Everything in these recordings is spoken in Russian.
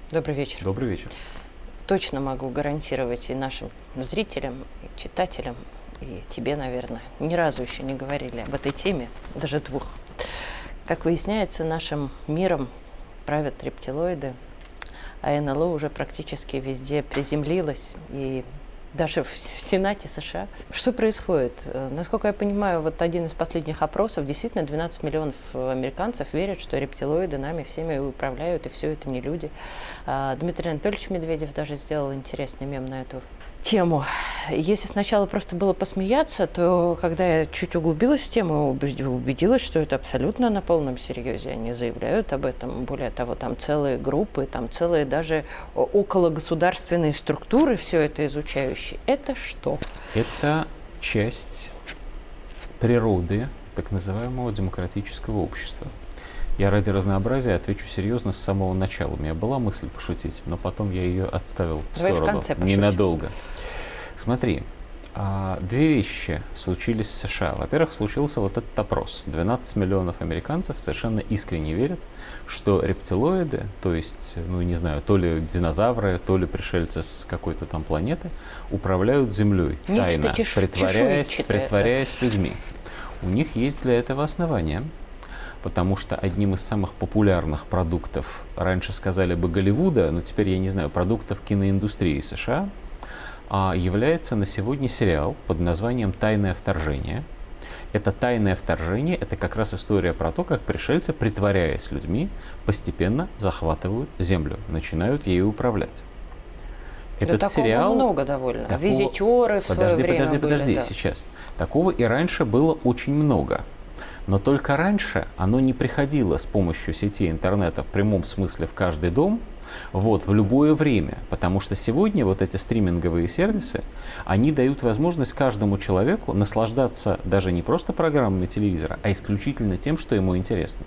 Добрый вечер. Добрый вечер. Точно могу гарантировать и нашим зрителям, и читателям, и тебе, наверное, ни разу еще не говорили об этой теме, даже двух. Как выясняется, нашим миром правят рептилоиды, а НЛО уже практически везде приземлилось, и даже в Сенате США. Что происходит? Насколько я понимаю, вот один из последних опросов, действительно 12 миллионов американцев верят, что рептилоиды нами всеми управляют, и все это не люди. Дмитрий Анатольевич Медведев даже сделал интересный мем на эту тему. Если сначала просто было посмеяться, то когда я чуть углубилась в тему, убедилась, что это абсолютно на полном серьезе. Они заявляют об этом. Более того, там целые группы, там целые даже окологосударственные структуры, все это изучающие. Это что? Это часть природы так называемого демократического общества. Я ради разнообразия отвечу серьезно с самого начала. У меня была мысль пошутить, но потом я ее отставил в сторону ненадолго. Смотри, две вещи случились в США. Во-первых, случился вот этот опрос. 12 миллионов американцев совершенно искренне верят, что рептилоиды, то есть, ну не знаю, то ли динозавры, то ли пришельцы с какой-то там планеты, управляют Землей тайно, притворяясь людьми. У них есть для этого основания. Потому что одним из самых популярных продуктов, раньше сказали бы Голливуда, но теперь я не знаю, продуктов киноиндустрии США, является на сегодня сериал под названием «Тайное вторжение». Это «Тайное вторжение» — это как раз история про то, как пришельцы, притворяясь людьми, постепенно захватывают Землю, начинают ею управлять. Этот такого сериал много довольно. Визитеры в свое время Подожди, да. сейчас. Такого и раньше было очень много. Но только раньше оно не приходило с помощью сети интернета в прямом смысле в каждый дом, в любое время. Потому что сегодня вот эти стриминговые сервисы, они дают возможность каждому человеку наслаждаться даже не просто программами телевизора, а исключительно тем, что ему интересно.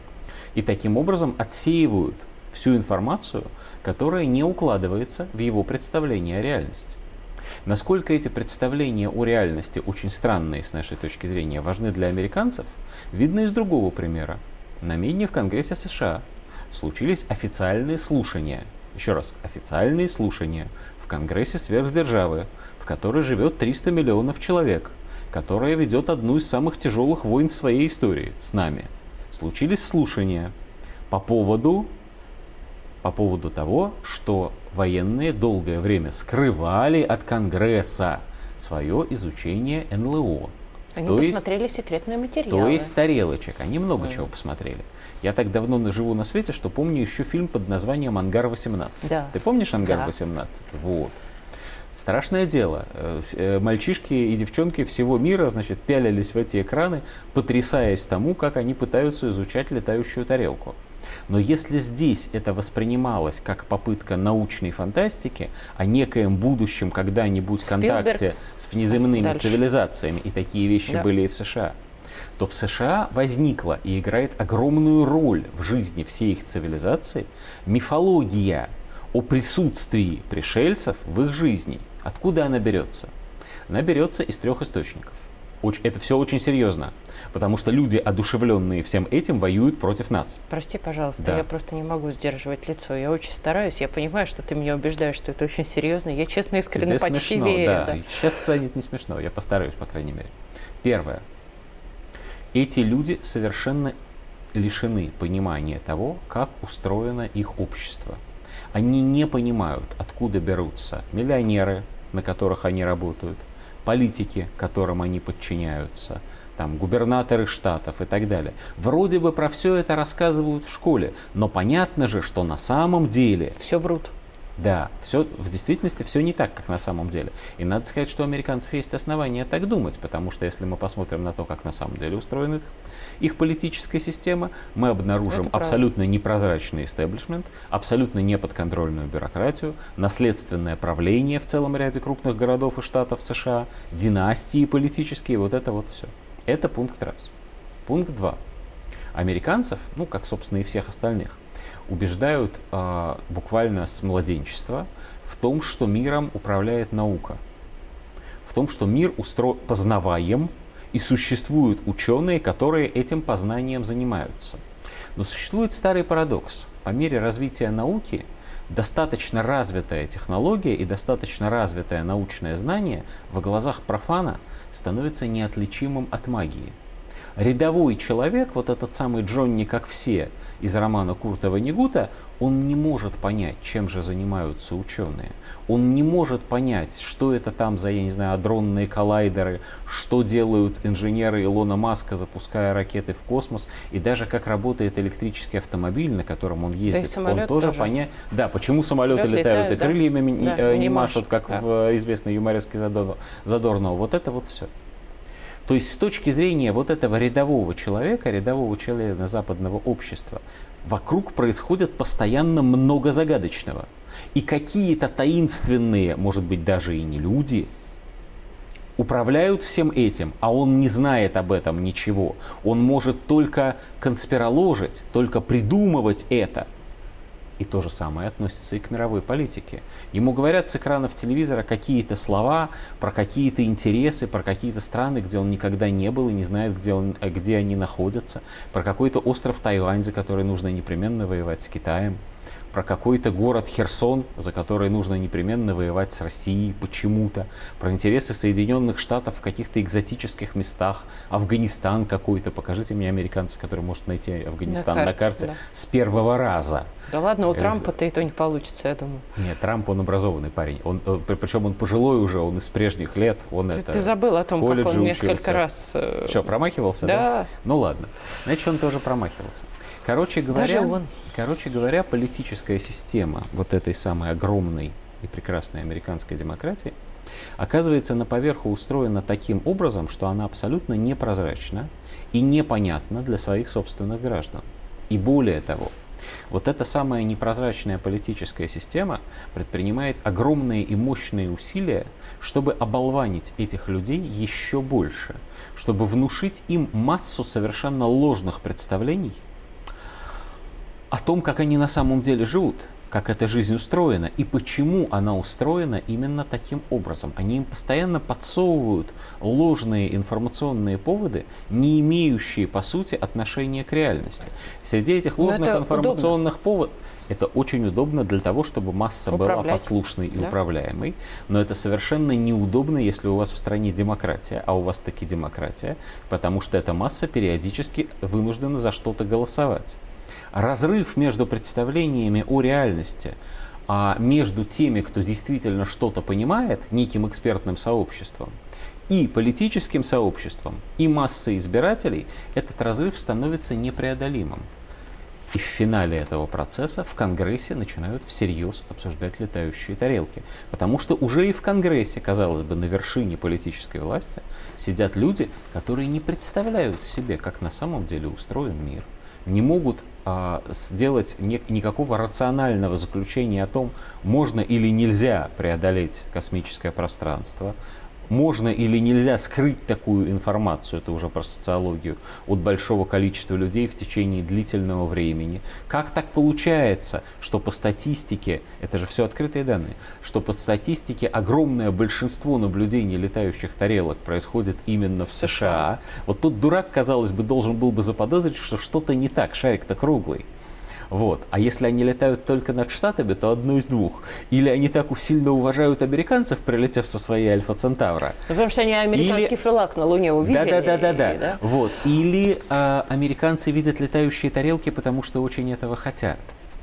И таким образом отсеивают всю информацию, которая не укладывается в его представление о реальности. Насколько эти представления о реальности очень странные с нашей точки зрения важны для американцев, видно из другого примера. На Медне в Конгрессе США случились официальные слушания. Еще раз, официальные слушания в Конгрессе сверхдержавы, в которой живет 300 миллионов человек, которая ведет одну из самых тяжелых войн в своей истории с нами. Случились слушания по поводу того, что военные долгое время скрывали от Конгресса свое изучение НЛО. Они посмотрели секретные материалы. То есть тарелочек. Они много чего посмотрели. Я так давно живу на свете, что помню еще фильм под названием «Ангар-18». Да. Ты помнишь «Ангар-18»? Да. Вот. Страшное дело. Мальчишки и девчонки всего мира, пялились в эти экраны, потрясаясь тому, как они пытаются изучать летающую тарелку. Но если здесь это воспринималось как попытка научной фантастики о некоем будущем когда-нибудь контакте с внеземными цивилизациями, и такие вещи были и в США, то в США возникла и играет огромную роль в жизни всей их цивилизации мифология о присутствии пришельцев в их жизни. Откуда она берется? Она берется из трех источников. Это все очень серьезно, потому что люди, одушевленные всем этим, воюют против нас. Прости, пожалуйста, я просто не могу сдерживать лицо. Я очень стараюсь, я понимаю, что ты меня убеждаешь, что это очень серьезно. Я честно, искренне почти верю. Да. Сейчас станет не смешно, я постараюсь, по крайней мере. Первое. Эти люди совершенно лишены понимания того, как устроено их общество. Они не понимают, откуда берутся миллионеры, на которых они работают, политики, которым они подчиняются, там, губернаторы штатов и так далее. Вроде бы про все это рассказывают в школе, но понятно же, что на самом деле... Все врут. Да, в действительности все не так, как на самом деле. И надо сказать, что у американцев есть основания так думать, потому что если мы посмотрим на то, как на самом деле устроена их политическая система, мы обнаружим абсолютно непрозрачный истеблишмент, абсолютно неподконтрольную бюрократию, наследственное правление в целом ряде крупных городов и штатов США, династии политические, вот это вот все. Это пункт раз. Пункт два. Американцев, как, собственно, и всех остальных, убеждают буквально с младенчества в том, что миром управляет наука, в том, что мир познаваем, и существуют ученые, которые этим познанием занимаются. Но существует старый парадокс. По мере развития науки достаточно развитая технология и достаточно развитое научное знание в глазах профана становится неотличимым от магии. Рядовой человек, вот этот самый Джонни как все из романа Курта Воннегута, он не может понять, чем же занимаются ученые. Он не может понять, что это там за, я не знаю, адронные коллайдеры, что делают инженеры Илона Маска, запуская ракеты в космос, и даже как работает электрический автомобиль, на котором он ездит. Да, он тоже понять. Да, почему самолеты летают и да? крыльями Да, не машут, как да. в известной юмореске Задорнова. Вот это вот все. То есть с точки зрения вот этого рядового человека, рядового члена западного общества, вокруг происходит постоянно много загадочного. И какие-то таинственные, может быть, даже и не люди, управляют всем этим, а он не знает об этом ничего. Он может только конспироложить, только придумывать это. И то же самое относится и к мировой политике. Ему говорят с экранов телевизора какие-то слова про какие-то интересы, про какие-то страны, где он никогда не был и не знает, где они находятся, про какой-то остров Тайвань, за который нужно непременно воевать с Китаем, про какой-то город Херсон, за который нужно непременно воевать с Россией почему-то, про интересы Соединенных Штатов в каких-то экзотических местах, Афганистан какой-то. Покажите мне американца, который может найти Афганистан на карте да. с первого раза. Да ладно, у Трампа-то и то не получится, я думаю. Нет, Трамп, он образованный парень. Причем он пожилой уже, он из прежних лет. Ты забыл о том, как он несколько раз... Что, промахивался, да? Ну ладно. Значит, он тоже промахивался. Короче говоря, политическая система вот этой самой огромной и прекрасной американской демократии оказывается на поверху устроена таким образом, что она абсолютно непрозрачна и непонятна для своих собственных граждан. И более того, вот эта самая непрозрачная политическая система предпринимает огромные и мощные усилия, чтобы оболванить этих людей еще больше, чтобы внушить им массу совершенно ложных представлений о том, как они на самом деле живут, как эта жизнь устроена и почему она устроена именно таким образом. Они им постоянно подсовывают ложные информационные поводы, не имеющие, по сути, отношения к реальности. Среди этих ложных информационных поводов это очень удобно для того, чтобы масса была послушной и управляемой, но это совершенно неудобно, если у вас в стране демократия, а у вас таки демократия, потому что эта масса периодически вынуждена за что-то голосовать. Разрыв между представлениями о реальности, между теми, кто действительно что-то понимает, неким экспертным сообществом, и политическим сообществом, и массой избирателей, этот разрыв становится непреодолимым. И в финале этого процесса в Конгрессе начинают всерьез обсуждать летающие тарелки. Потому что уже и в Конгрессе, казалось бы, на вершине политической власти сидят люди, которые не представляют себе, как на самом деле устроен мир. Не могут сделать никакого рационального заключения о том, можно или нельзя преодолеть космическое пространство, можно или нельзя скрыть такую информацию, это уже про социологию, от большого количества людей в течение длительного времени. Как так получается, что по статистике, это же все открытые данные, что по статистике огромное большинство наблюдений летающих тарелок происходит именно в США. Вот тут дурак, казалось бы, должен был бы заподозрить, что что-то не так, шарик-то круглый. Вот. А если они летают только над Штатами, то одно из двух. Или они так сильно уважают американцев, прилетев со своей Альфа-Центавра. Потому что они американский флаг на Луне увидели. Да. Вот. Или американцы видят летающие тарелки, потому что очень этого хотят.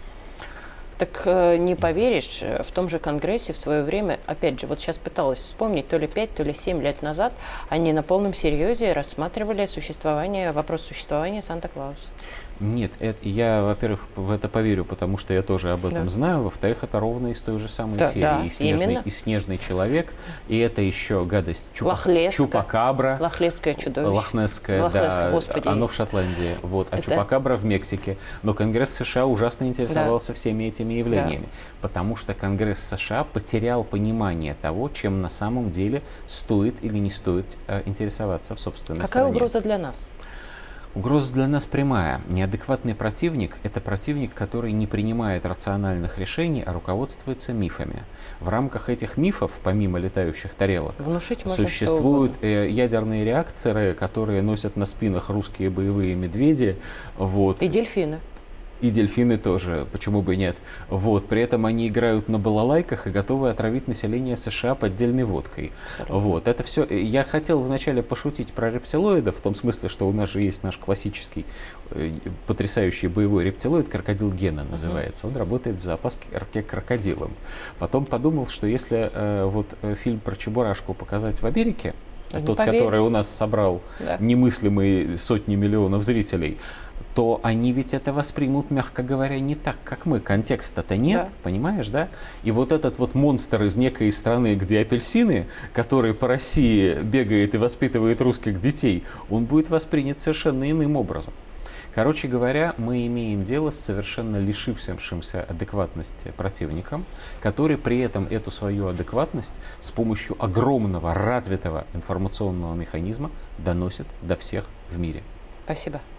Так не поверишь, в том же Конгрессе в свое время, опять же, вот сейчас пыталась вспомнить, то ли 5, то ли 7 лет назад, они на полном серьезе рассматривали вопрос существования Санта-Клауса. Нет, я, во-первых, в это поверю, потому что я тоже об этом знаю. Во-вторых, это ровно из той же самой серии. И снежный человек, и это еще гадость Чупакабра. Лохлесское чудовище. Лохнесское, да. Господи. Оно в Шотландии. Вот. А Чупакабра в Мексике. Но Конгресс США ужасно интересовался всеми этими явлениями. Потому что Конгресс США потерял понимание того, чем на самом деле стоит или не стоит интересоваться в собственной стране. Какая угроза для нас? Угроза для нас прямая. Неадекватный противник – это противник, который не принимает рациональных решений, а руководствуется мифами. В рамках этих мифов, помимо летающих тарелок, существуют ядерные реакторы, которые носят на спинах русские боевые медведи. Вот. И дельфины. И дельфины тоже, почему бы и нет. Вот. При этом они играют на балалайках и готовы отравить население США поддельной водкой. Вот. Это все. Я хотел вначале пошутить про рептилоидов, в том смысле, что у нас же есть наш классический потрясающий боевой рептилоид, крокодил Гена называется. Он работает в зоопарке крокодилом. Потом подумал, что если фильм про Чебурашку показать в Америке, тот, который у нас собрал немыслимые сотни миллионов зрителей, то они ведь это воспримут, мягко говоря, не так, как мы. Контекста-то нет, понимаешь, да? И вот этот вот монстр из некой страны, где апельсины, который по России бегает и воспитывает русских детей, он будет воспринят совершенно иным образом. Короче говоря, мы имеем дело с совершенно лишившимся адекватности противником, который при этом эту свою адекватность с помощью огромного развитого информационного механизма доносит до всех в мире. Спасибо.